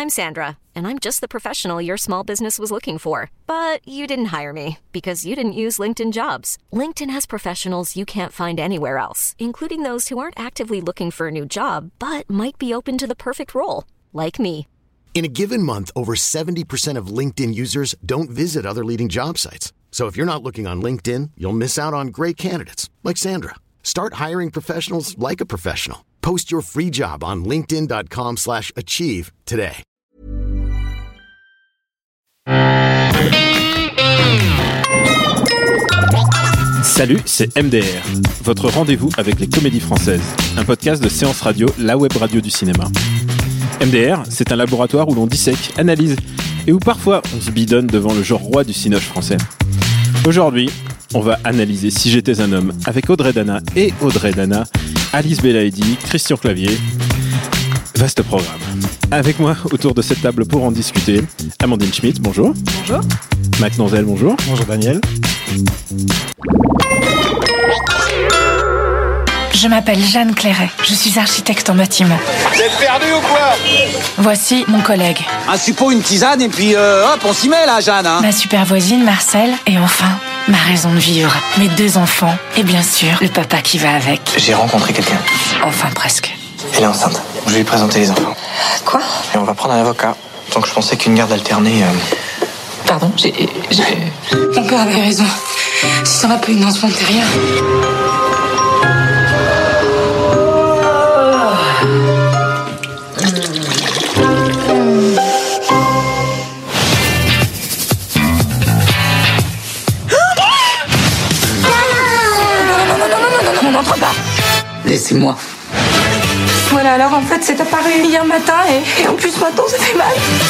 I'm Sandra, and I'm just the professional your small business was looking for. But you didn't hire me because you didn't use LinkedIn Jobs. LinkedIn has professionals you can't find anywhere else, including those who aren't actively looking for a new job, but might be open to the perfect role, like me. In a given month, over 70% of LinkedIn users don't visit other leading job sites. So if you're not looking on LinkedIn, you'll miss out on great candidates like Sandra. Start hiring professionals like a professional. Post your free job on linkedin.com/achieve today. Salut, c'est MDR, votre rendez-vous avec les comédies françaises, un podcast de Séance Radio, la web radio du cinéma. MDR, c'est un laboratoire où l'on dissèque, analyse et où parfois on se bidonne devant le genre roi du cinoche français. Aujourd'hui, on va analyser Si j'étais un homme avec Audrey Dana et Audrey Dana, Alice Belaïdi, Christian Clavier. Vaste programme. Avec moi autour de cette table pour en discuter, Amandine Schmitt, bonjour. Bonjour. Max Nonzel, bonjour. Bonjour Daniel. Je m'appelle Jeanne Clairet, je suis architecte en bâtiment. Vous êtes perdu ou quoi? Voici mon collègue. Un suppôt, une tisane et puis hop, on s'y met là, Jeanne. Hein. Ma super voisine Marcel et enfin, ma raison de vivre. Mes 2 enfants et bien sûr, le papa qui va avec. J'ai rencontré quelqu'un. Enfin presque. Elle est enceinte. Je vais lui présenter les enfants. Quoi? Et on va prendre un avocat. Donc je pensais qu'une garde alternée... Pardon, Mon père avait raison. Si ça va pas une lancement de rien. Non, n'entre pas. Laissez-moi. Voilà, alors en fait, c'est apparu hier matin et en plus maintenant, ça fait mal.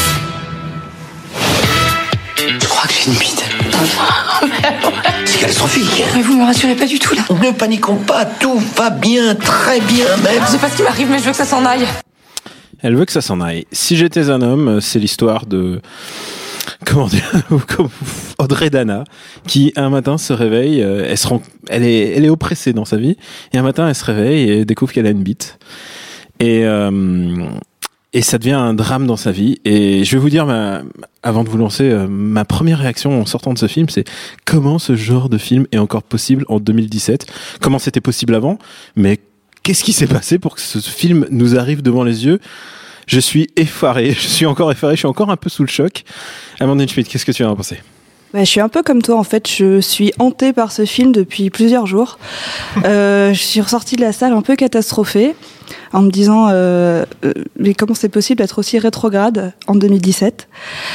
Je crois que j'ai une bite. C'est catastrophique. Mais vous me rassurez pas du tout, là. Ne paniquons pas, tout va bien, très bien même. Je sais pas ce qui m'arrive, mais je veux que ça s'en aille. Elle veut que ça s'en aille. Si j'étais un homme, c'est l'histoire de... Comment dire, Audrey Dana, qui un matin se réveille, elle est oppressée dans sa vie, et un matin elle se réveille et découvre qu'elle a une bite. Et ça devient un drame dans sa vie. Et je vais vous dire, avant de vous lancer, ma première réaction en sortant de ce film, c'est comment ce genre de film est encore possible en 2017? Comment c'était possible avant? Mais qu'est-ce qui s'est passé pour que ce film nous arrive devant les yeux? Je suis effaré, je suis encore un peu sous le choc. Amandine Schmitt, qu'est-ce que tu en as pensé? Je suis un peu comme toi en fait, je suis hantée par ce film depuis plusieurs jours. Je suis ressortie de la salle un peu catastrophée en me disant mais comment c'est possible d'être aussi rétrograde en 2017.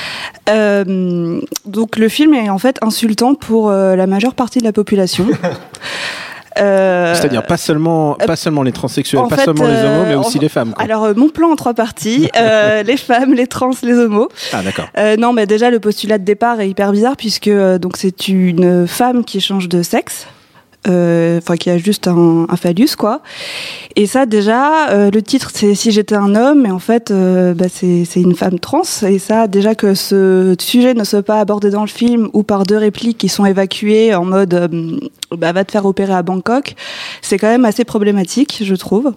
Donc le film est en fait insultant pour la majeure partie de la population. C'est-à-dire pas seulement les transsexuels, pas seulement les homos, mais aussi les femmes, quoi. Alors mon plan en 3 parties, les femmes, les trans, les homos. Ah d'accord. Non, mais déjà le postulat de départ est hyper bizarre puisque donc c'est une femme qui change de sexe. Qui a juste un phallus, quoi. Et ça, déjà, le titre, c'est Si j'étais un homme, mais en fait, c'est une femme trans. Et ça, déjà que ce sujet ne soit pas abordé dans le film ou par 2 répliques qui sont évacuées en mode va te faire opérer à Bangkok, c'est quand même assez problématique, je trouve.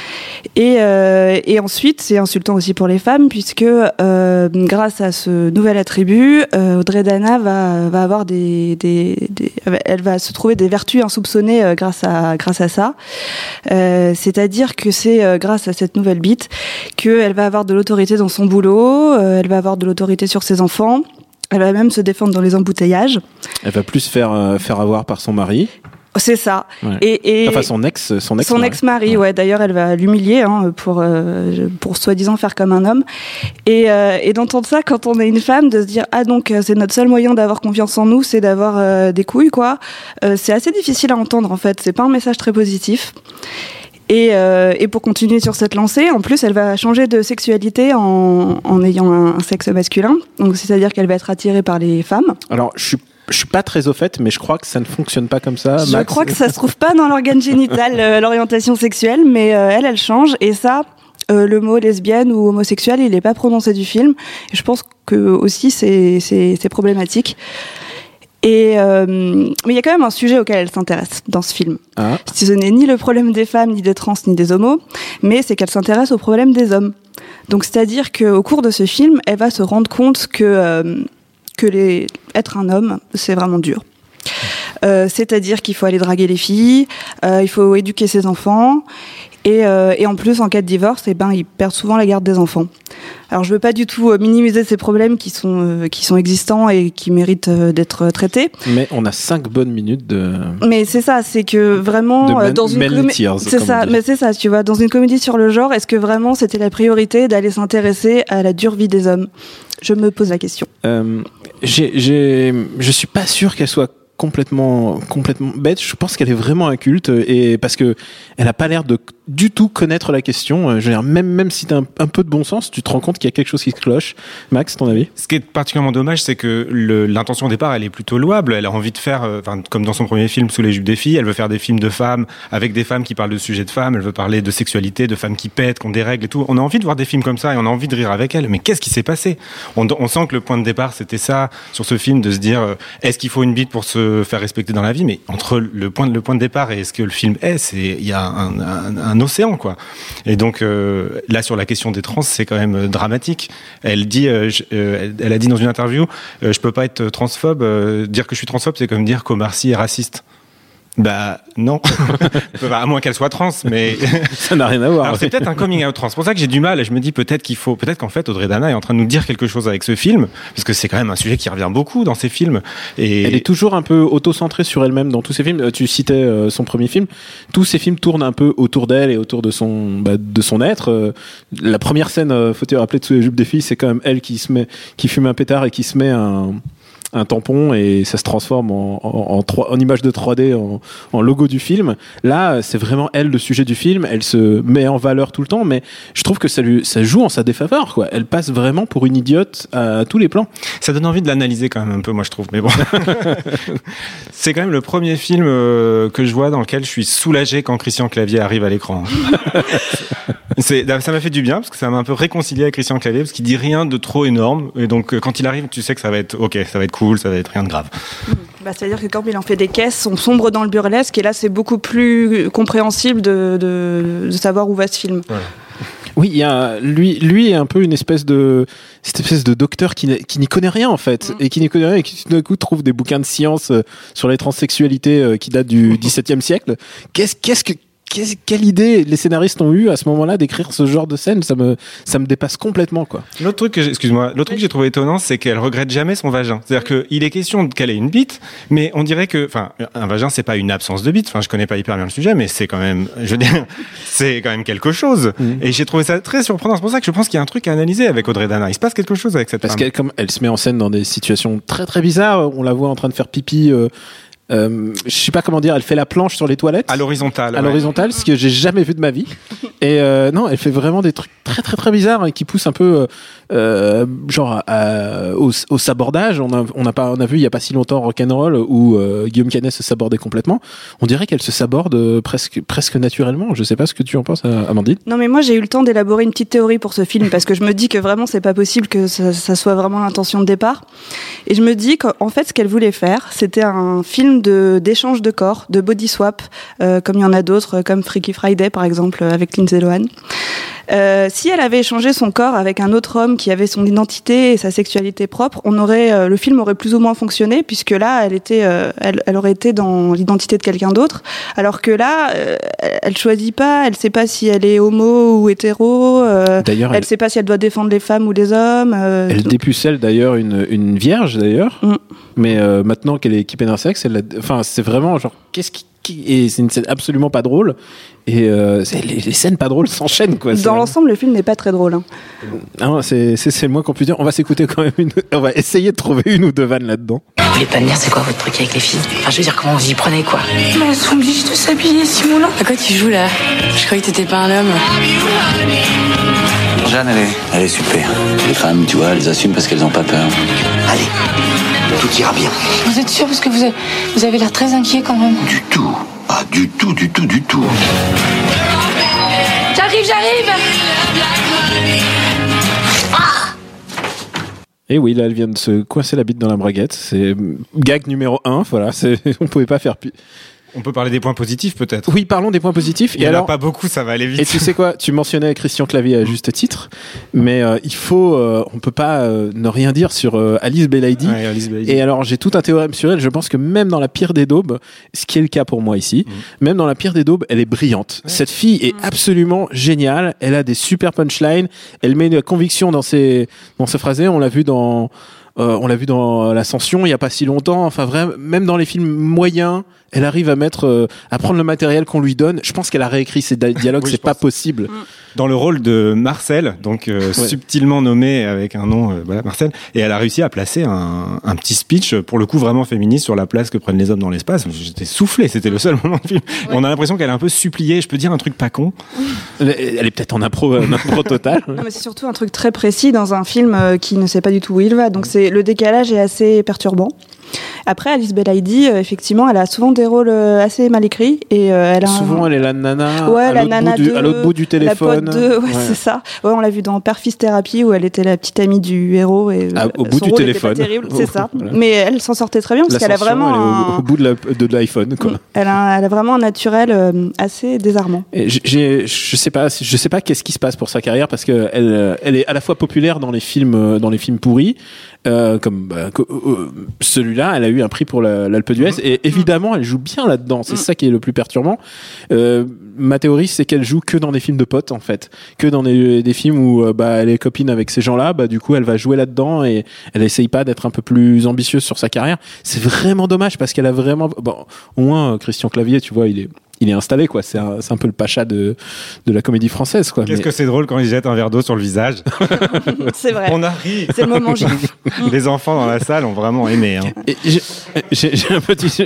Et ensuite, c'est insultant aussi pour les femmes puisque grâce à ce nouvel attribut, Audrey Dana va avoir elle va se trouver des vertus insoupçonnées grâce à ça. C'est-à-dire que c'est grâce à cette nouvelle bite qu'elle va avoir de l'autorité dans son boulot, elle va avoir de l'autorité sur ses enfants. Elle va même se défendre dans les embouteillages. Elle va plus faire avoir par son mari. C'est ça. Ouais. Et enfin son ex-mari. Ouais. D'ailleurs, elle va l'humilier pour soi-disant faire comme un homme. Et d'entendre ça quand on est une femme, de se dire donc c'est notre seul moyen d'avoir confiance en nous, c'est d'avoir des couilles, quoi. C'est assez difficile à entendre en fait. C'est pas un message très positif. Et pour continuer sur cette lancée, en plus, elle va changer de sexualité en ayant un sexe masculin. Donc, c'est-à-dire qu'elle va être attirée par les femmes. Alors, je suis pas très au fait, mais je crois que ça ne fonctionne pas comme ça. Je crois que ça se trouve pas dans l'organe génital, l'orientation sexuelle, mais elle change. Et ça, le mot lesbienne ou homosexuel, il est pas prononcé du film. Et je pense que aussi c'est problématique. Mais il y a quand même un sujet auquel elle s'intéresse dans ce film. Ah. Ce n'est ni le problème des femmes, ni des trans, ni des homos, mais c'est qu'elle s'intéresse au problème des hommes. Donc c'est-à-dire qu'au cours de ce film, elle va se rendre compte que être un homme, c'est vraiment dur. C'est-à-dire qu'il faut aller draguer les filles, il faut éduquer ses enfants, et en plus, en cas de divorce, ils perdent souvent la garde des enfants. Alors, je veux pas du tout minimiser ces problèmes qui sont existants et qui méritent d'être traités. Mais on a 5 bonnes minutes de. Mais c'est ça, c'est que vraiment dans une comédie, c'est ça. Mais c'est ça, tu vois, dans une comédie sur le genre, est-ce que vraiment c'était la priorité d'aller s'intéresser à la dure vie des hommes ? Je me pose la question. Je suis pas sûr qu'elle soit complètement bête. Je pense qu'elle est vraiment inculte, et parce que elle a pas l'air de du tout connaître la question. Je veux dire, même si t'as un peu de bon sens, tu te rends compte qu'il y a quelque chose qui se cloche. Max, ton avis ? Ce qui est particulièrement dommage, c'est que l'intention au départ, elle est plutôt louable. Elle a envie de faire, comme dans son premier film, Sous les jupes des filles, elle veut faire des films de femmes avec des femmes qui parlent de sujets de femmes. Elle veut parler de sexualité, de femmes qui pètent, qui ont des règles et tout. On a envie de voir des films comme ça et on a envie de rire avec elle. Mais qu'est-ce qui s'est passé ? On sent que le point de départ, c'était ça sur ce film, de se dire est-ce qu'il faut une bite pour se faire respecter dans la vie ? Mais entre le point de départ et ce que le film est, il y a un océan, quoi. Et donc là, sur la question des trans, c'est quand même dramatique. Elle a dit dans une interview, je peux pas être transphobe. Dire que je suis transphobe, c'est comme dire qu'Omar Sy est raciste. Bah non, à moins qu'elle soit trans, mais ça n'a rien à voir. Alors c'est peut-être un coming out trans. C'est pour ça que j'ai du mal. Je me dis peut-être qu'en fait Audrey Dana est en train de nous dire quelque chose avec ce film, parce que c'est quand même un sujet qui revient beaucoup dans ses films. Et elle est toujours un peu auto-centrée sur elle-même dans tous ses films. Tu citais son premier film. Tous ses films tournent un peu autour d'elle et autour de son être. La première scène, faut te rappeler, de Sous les jupes des filles, c'est quand même elle qui fume un pétard et qui se met un tampon, et ça se transforme en image de 3D, en logo du film. Là, c'est vraiment elle le sujet du film. Elle se met en valeur tout le temps, mais je trouve que ça joue en sa défaveur, quoi. Elle passe vraiment pour une idiote à tous les plans. Ça donne envie de l'analyser quand même un peu, moi je trouve. Mais bon, c'est quand même le premier film que je vois dans lequel je suis soulagé quand Christian Clavier arrive à l'écran. Ça m'a fait du bien parce que ça m'a un peu réconcilié avec Christian Clavier, parce qu'il dit rien de trop énorme, et donc quand il arrive, tu sais que ça va être ok, ça va être cool, ça va être rien de grave. C'est-à-dire que quand il en fait des caisses, on sombre dans le burlesque, et là c'est beaucoup plus compréhensible de savoir où va ce film. Voilà. Oui, il y a lui est un peu cette espèce de docteur qui n'y connaît rien en fait, et qui n'y connaît rien, et qui tout d'un coup trouve des bouquins de science sur les transsexualités qui datent du XVIIe siècle. Quelle idée les scénaristes ont eu à ce moment-là d'écrire ce genre de scène ? Ça me dépasse complètement, quoi. L'autre truc que j'ai trouvé étonnant, c'est qu'elle regrette jamais son vagin. C'est-à-dire qu'il est question qu'elle ait une bite, mais on dirait que, un vagin, c'est pas une absence de bite. Je connais pas hyper bien le sujet, mais c'est quand même, c'est quand même quelque chose. Et j'ai trouvé ça très surprenant. C'est pour ça que je pense qu'il y a un truc à analyser avec Audrey Dana. Il se passe quelque chose avec cette femme. Parce qu'elle se met en scène dans des situations très très bizarres. On la voit en train de faire pipi. Je sais pas comment dire, elle fait la planche sur les toilettes à l'horizontale, ce que j'ai jamais vu de ma vie. Et non, elle fait vraiment des trucs très très très bizarres, et qui poussent un peu au sabordage. On a vu il y a pas si longtemps Rock'n'Roll où Guillaume Canet se sabordait complètement. On dirait qu'elle se saborde presque naturellement. Je sais pas ce que tu en penses, Amandine. Non, mais moi j'ai eu le temps d'élaborer une petite théorie pour ce film, parce que je me dis que vraiment c'est pas possible que ça soit vraiment l'intention de départ. Et je me dis qu'en fait ce qu'elle voulait faire, c'était un film d'échange de corps, de body swap, comme il y en a d'autres, comme Freaky Friday par exemple avec Lindsay Lohan. Si elle avait échangé son corps avec un autre homme qui avait son identité et sa sexualité propre, le film aurait plus ou moins fonctionné, puisque là elle aurait été dans l'identité de quelqu'un d'autre, alors que là elle choisit pas, elle sait pas si elle est homo ou hétéro, d'ailleurs, elle sait pas si elle doit défendre les femmes ou les hommes. Elle dépucelle d'ailleurs une vierge d'ailleurs, mais maintenant qu'elle est équipée d'un sexe, c'est vraiment genre et c'est une scène absolument pas drôle, et les scènes pas drôles s'enchaînent, quoi. Dans l'ensemble, le film n'est pas très drôle, hein. Non, c'est le moins qu'on puisse dire. On va s'écouter quand même on va essayer de trouver une ou deux vannes là-dedans. Vous voulez pas me dire c'est quoi votre truc avec les filles ? Je veux dire, comment vous y prenez, quoi ? Mais elles sont obligées de s'habiller, Simon. À quoi tu joues là ? Je croyais que t'étais pas un homme. Jeanne, elle est super. Les femmes, tu vois, elles assument parce qu'elles ont pas peur. Allez, tout ira bien. Vous êtes sûr, parce que vous avez l'air très inquiet quand même. Du tout. Ah, du tout. J'arrive. Et oui, là, elle vient de se coincer la bite dans la braguette. C'est gag numéro 1, voilà. On pouvait pas faire On peut parler des points positifs peut-être. Oui, parlons des points positifs. Il y en a pas beaucoup, ça va aller vite. Et tu sais quoi, tu mentionnais Christian Clavier à juste titre, mais on peut pas ne rien dire sur Alice Belaïdi. Ouais, Alice Belaïdi. Et alors j'ai tout un théorème sur elle. Je pense que même dans la pire des daubes, ce qui est le cas pour moi ici, même dans la pire des daubes, elle est brillante. Ouais. Cette fille est absolument géniale. Elle a des super punchlines. Elle met de la conviction dans ses phrasés. On l'a vu dans l'Ascension il y a pas si longtemps. Enfin vraiment, même dans les films moyens, elle arrive à prendre le matériel qu'on lui donne. Je pense qu'elle a réécrit ses dialogues. Oui, c'est pas possible. Dans le rôle de Marcel, donc subtilement nommé avec un nom, Marcel, et elle a réussi à placer un petit speech pour le coup vraiment féministe sur la place que prennent les hommes dans l'espace. J'étais soufflé, c'était le seul moment du film. Ouais. On a l'impression qu'elle est un peu suppliée. Je peux dire un truc pas con. Elle est peut-être en impro total. Non, mais c'est surtout un truc très précis dans un film qui ne sait pas du tout où il va. Donc le décalage est assez perturbant. Après, Alice Belaïdi, effectivement, elle a souvent des rôles assez mal écrits et elle a souvent elle est la nana, ouais, à l'autre bout du téléphone. La pote 2, ouais, c'est ça. Ouais, on l'a vu dans Père Fils Thérapie où elle était la petite amie du héros et au bout du téléphone. Était pas terrible, c'est ça. Voilà. Mais elle s'en sortait très bien parce qu'elle a vraiment au bout de l'iPhone quoi. Elle a vraiment un naturel assez désarmant. Et je sais pas qu'est-ce qui se passe pour sa carrière parce que elle est à la fois populaire dans les films pourris. Comme celui-là, elle a eu un prix pour l'Alpe d'Huez et évidemment elle joue bien là-dedans, c'est ça qui est le plus perturbant. Ma théorie c'est qu'elle joue que dans des films de potes en fait, que dans des films où elle est copine avec ces gens-là, du coup elle va jouer là-dedans et elle essaye pas d'être un peu plus ambitieuse sur sa carrière. C'est vraiment dommage parce qu'elle a vraiment au moins Christian Clavier, tu vois, il est installé quoi, c'est un peu le pacha de la comédie française quoi. Qu'est-ce que c'est drôle quand il jette un verre d'eau sur le visage. C'est vrai. On a ri. C'est le moment gif. Les enfants dans la salle ont vraiment aimé. Hein. Et j'ai un petit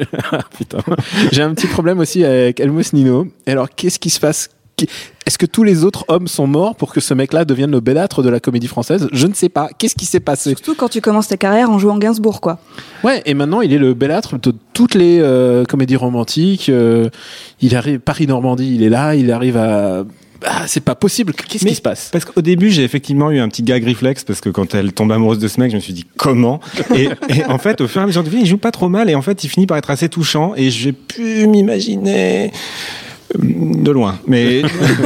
j'ai un petit problème aussi avec Elmos Nino. Alors qu'est-ce qui se passe? Est-ce que tous les autres hommes sont morts pour que ce mec-là devienne le bellâtre de la comédie française? Je ne sais pas. Qu'est-ce qui s'est passé? Surtout quand tu commences ta carrière en jouant Gainsbourg, quoi. Ouais, et maintenant il est le bellâtre de toutes les comédies romantiques. Il arrive Paris-Normandie, il est là, il arrive à... Ah, c'est pas possible. Qu'est-ce qui se passe? Parce qu'au début, j'ai effectivement eu un petit gag réflexe parce que quand elle tombe amoureuse de ce mec, je me suis dit comment? Et en fait, au fur et à mesure du film, il joue pas trop mal et en fait, il finit par être assez touchant et j'ai pu m'imaginer de loin. Mais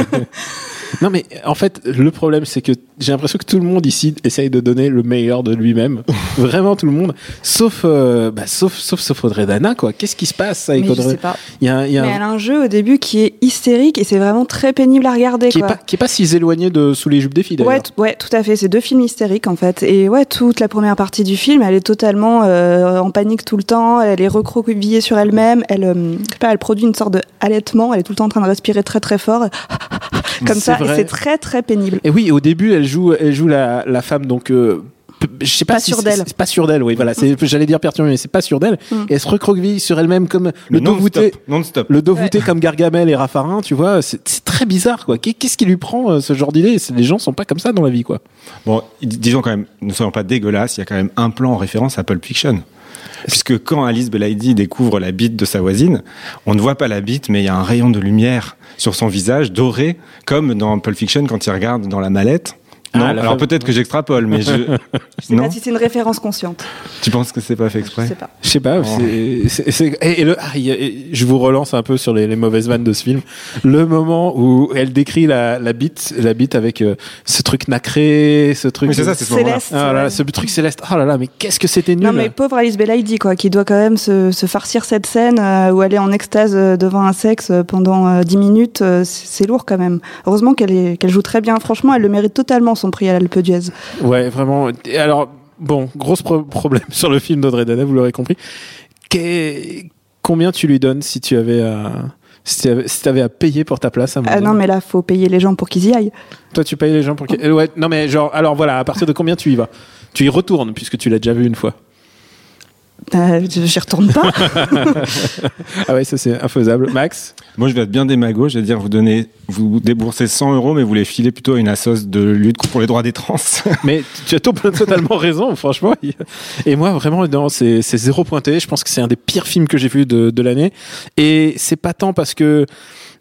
non, mais en fait, le problème, c'est que j'ai l'impression que tout le monde ici essaye de donner le meilleur de lui-même. Vraiment tout le monde, sauf Audrey Dana, quoi. Qu'est-ce qui se passe avec Audrey? Je sais pas. Mais elle a un jeu au début qui est hystérique et c'est vraiment très pénible à regarder. Qui est pas si éloigné de Sous les jupes des filles, d'ailleurs. Ouais, tout à fait. C'est deux films hystériques en fait. Et ouais, toute la première partie du film, elle est totalement en panique tout le temps. Elle est recroquevillée sur elle-même. Elle produit une sorte de halètement. Elle est tout le temps en train de respirer très très fort. Comme ça, et c'est très très pénible. Et oui, au début, elle joue la femme, donc je sais pas si c'est pas sûr d'elle, oui, voilà, j'allais dire perturbée, mais c'est pas sûr d'elle. Et elle se recroqueville sur elle-même comme le dos voûté, comme Gargamel et Raffarin, tu vois, c'est très bizarre, quoi. Qu'est-ce qui lui prend ce genre d'idée? Les gens sont pas comme ça dans la vie, quoi. Bon, disons quand même, ne soyons pas dégueulasses, il y a quand même un plan en référence à Pulp Fiction. Puisque quand Alice Belaïdi découvre la bite de sa voisine, on ne voit pas la bite, mais il y a un rayon de lumière sur son visage, doré, comme dans Pulp Fiction quand il regarde dans la mallette. Non, alors peut-être que j'extrapole, mais je sais pas si c'est une référence consciente. Tu penses que c'est pas fait exprès? Je sais pas. Je vous relance un peu sur les mauvaises vannes de ce film. Le moment où elle décrit la bite avec ce truc nacré, ce truc. Oui, c'est ça, c'est ce moment-là. Ah là, ce truc céleste. Oh là là, mais qu'est-ce que c'était nul. Non mais pauvre Alice Belaïdi, quoi, qui doit quand même se farcir cette scène où elle est en extase devant un sexe pendant 10 minutes. C'est lourd quand même. Heureusement qu'elle joue très bien. Franchement, elle le mérite totalement. Son prix à l'Alpe d'Huez. Ouais, vraiment. Et alors, bon, gros problème sur le film d'Audrey Dana, vous l'aurez compris. Combien tu lui donnes si tu avais à payer pour ta place à non, mais là, faut payer les gens pour qu'ils y aillent. Toi, tu payes les gens pour qu'ils... Ouais, non, mais genre, alors voilà, à partir de combien tu y vas? Tu y retournes, puisque tu l'as déjà vu une fois. J'y retourne pas. Ah ouais, ça c'est infaisable. Max? Moi je vais être bien démago, je vais dire vous déboursez 100 € mais vous les filez plutôt à une assoce de lutte pour les droits des trans. Mais tu as totalement raison, franchement. Et moi vraiment, non, c'est zéro pointé. Je pense que c'est un des pires films que j'ai vu de l'année. Et c'est pas tant parce que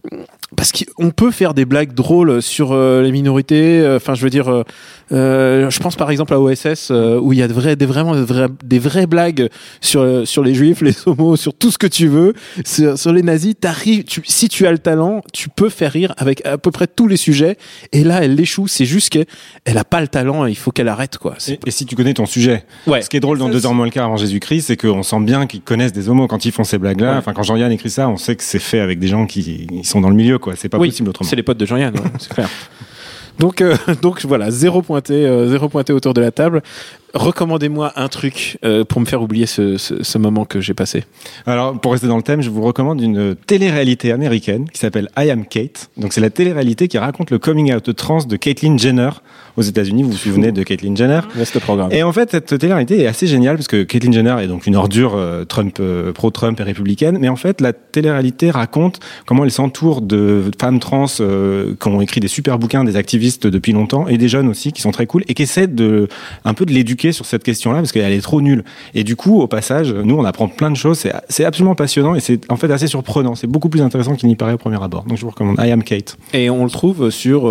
parce qu'on peut faire des blagues drôles sur les minorités. Enfin, je veux dire, je pense par exemple à OSS où il y a des vraies blagues sur les juifs, les homos, sur tout ce que tu veux, sur les nazis. Si tu as le talent, tu peux faire rire avec à peu près tous les sujets. Et là, elle l'échoue. C'est juste qu'elle a pas le talent. Il faut qu'elle arrête, quoi. Et si tu connais ton sujet, ce qui est drôle dans 2 heures moins le quart avant Jésus-Christ, c'est qu'on sent bien qu'ils connaissent des homos quand ils font ces blagues-là. Ouais. Enfin, quand Jean-Yann écrit ça, on sait que c'est fait avec des gens qui sont dans le milieu, quoi. C'est pas possible autrement. C'est les potes de Jean-Yann, ouais, c'est clair. Donc voilà, 0 pointé autour de la table. Recommandez-moi un truc pour me faire oublier ce moment que j'ai passé. Alors, pour rester dans le thème, je vous recommande une télé-réalité américaine qui s'appelle I Am Kate. Donc, c'est la télé-réalité qui raconte le coming out trans de Caitlyn Jenner aux États-Unis. Vous vous souvenez de Caitlyn Jenner? Vaste programme. Et en fait, cette télé-réalité est assez géniale parce que Caitlyn Jenner est donc une ordure pro-Trump et républicaine. Mais en fait, la télé-réalité raconte comment elle s'entoure de femmes trans qui ont écrit des super bouquins, des activistes depuis longtemps et des jeunes aussi qui sont très cool et qui essaient un peu de l'éduquer sur cette question-là parce qu'elle est trop nulle. Et du coup, au passage, nous, on apprend plein de choses. C'est absolument passionnant et c'est en fait assez surprenant. C'est beaucoup plus intéressant qu'il n'y paraît au premier abord. Donc, je vous recommande I Am Kate. Et on le trouve sur...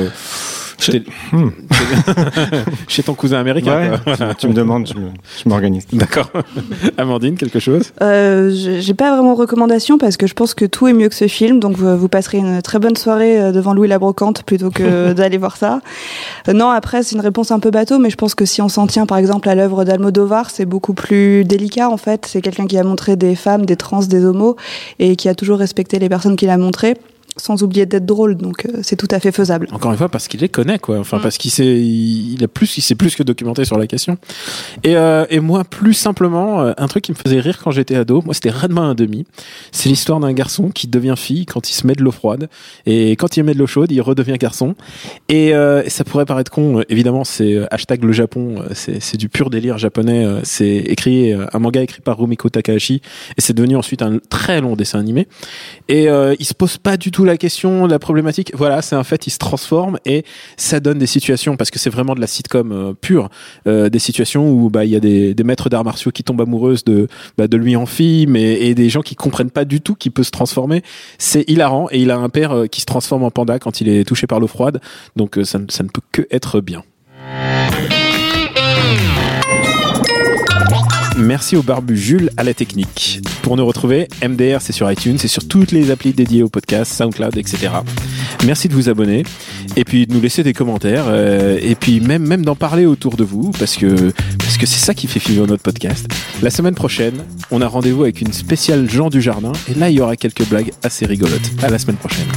Chez ton cousin américain. Ouais, tu me demandes, je m'organise. D'accord. Amandine, quelque chose? J'ai pas vraiment de recommandation parce que je pense que tout est mieux que ce film, donc vous passerez une très bonne soirée devant Louis la Brocante plutôt que d'aller voir ça. Non, après c'est une réponse un peu bateau, mais je pense que si on s'en tient par exemple à l'œuvre d'Almodovar, c'est beaucoup plus délicat en fait. C'est quelqu'un qui a montré des femmes, des trans, des homos et qui a toujours respecté les personnes qu'il a montrées, sans oublier d'être drôle, donc c'est tout à fait faisable. Encore une fois, parce qu'il les connaît, quoi. Enfin, parce qu'il s'est plus que documenté sur la question. Et moi, plus simplement, un truc qui me faisait rire quand j'étais ado, moi, c'était Rademain 1/2. C'est l'histoire d'un garçon qui devient fille quand il se met de l'eau froide. Et quand il met de l'eau chaude, il redevient garçon. Et ça pourrait paraître con, évidemment, c'est #le Japon, c'est du pur délire japonais. C'est un manga écrit par Rumiko Takahashi. Et c'est devenu ensuite un très long dessin animé. Et il se pose pas du tout la question, la problématique. Voilà, c'est un fait, il se transforme et ça donne des situations, parce que c'est vraiment de la sitcom pure, des situations où il y a des maîtres d'arts martiaux qui tombent amoureuses de lui en fille, et des gens qui comprennent pas du tout qu'il peut se transformer. C'est hilarant, et il a un père qui se transforme en panda quand il est touché par l'eau froide, donc ça ne peut que être bien. Merci au barbu Jules à la technique. Pour nous retrouver, MDR, c'est sur iTunes, c'est sur toutes les applis dédiées au podcast, SoundCloud, etc. Merci de vous abonner et puis de nous laisser des commentaires et puis même d'en parler autour de vous parce que c'est ça qui fait vivre notre podcast. La semaine prochaine, on a rendez-vous avec une spéciale Jean Dujardin et là, il y aura quelques blagues assez rigolotes. À la semaine prochaine.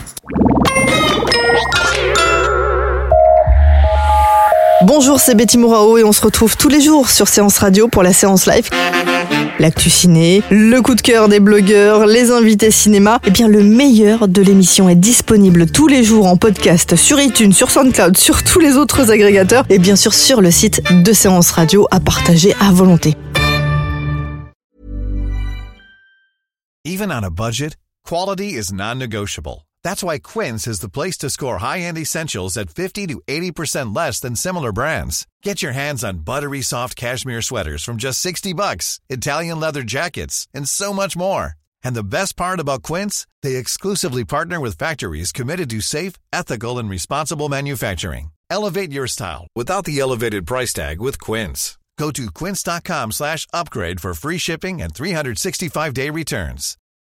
Bonjour, c'est Betty Mourao et on se retrouve tous les jours sur Séance Radio pour la séance live. L'actu ciné, le coup de cœur des blogueurs, les invités cinéma. Eh bien, le meilleur de l'émission est disponible tous les jours en podcast sur iTunes, sur SoundCloud, sur tous les autres agrégateurs et bien sûr sur le site de Séance Radio à partager à volonté. Even on a budget, quality is non-negotiable. That's why Quince is the place to score high-end essentials at 50 to 80% less than similar brands. Get your hands on buttery soft cashmere sweaters from just $60, Italian leather jackets, and so much more. And the best part about Quince, they exclusively partner with factories committed to safe, ethical, and responsible manufacturing. Elevate your style without the elevated price tag with Quince. Go to quince.com/upgrade for free shipping and 365-day returns.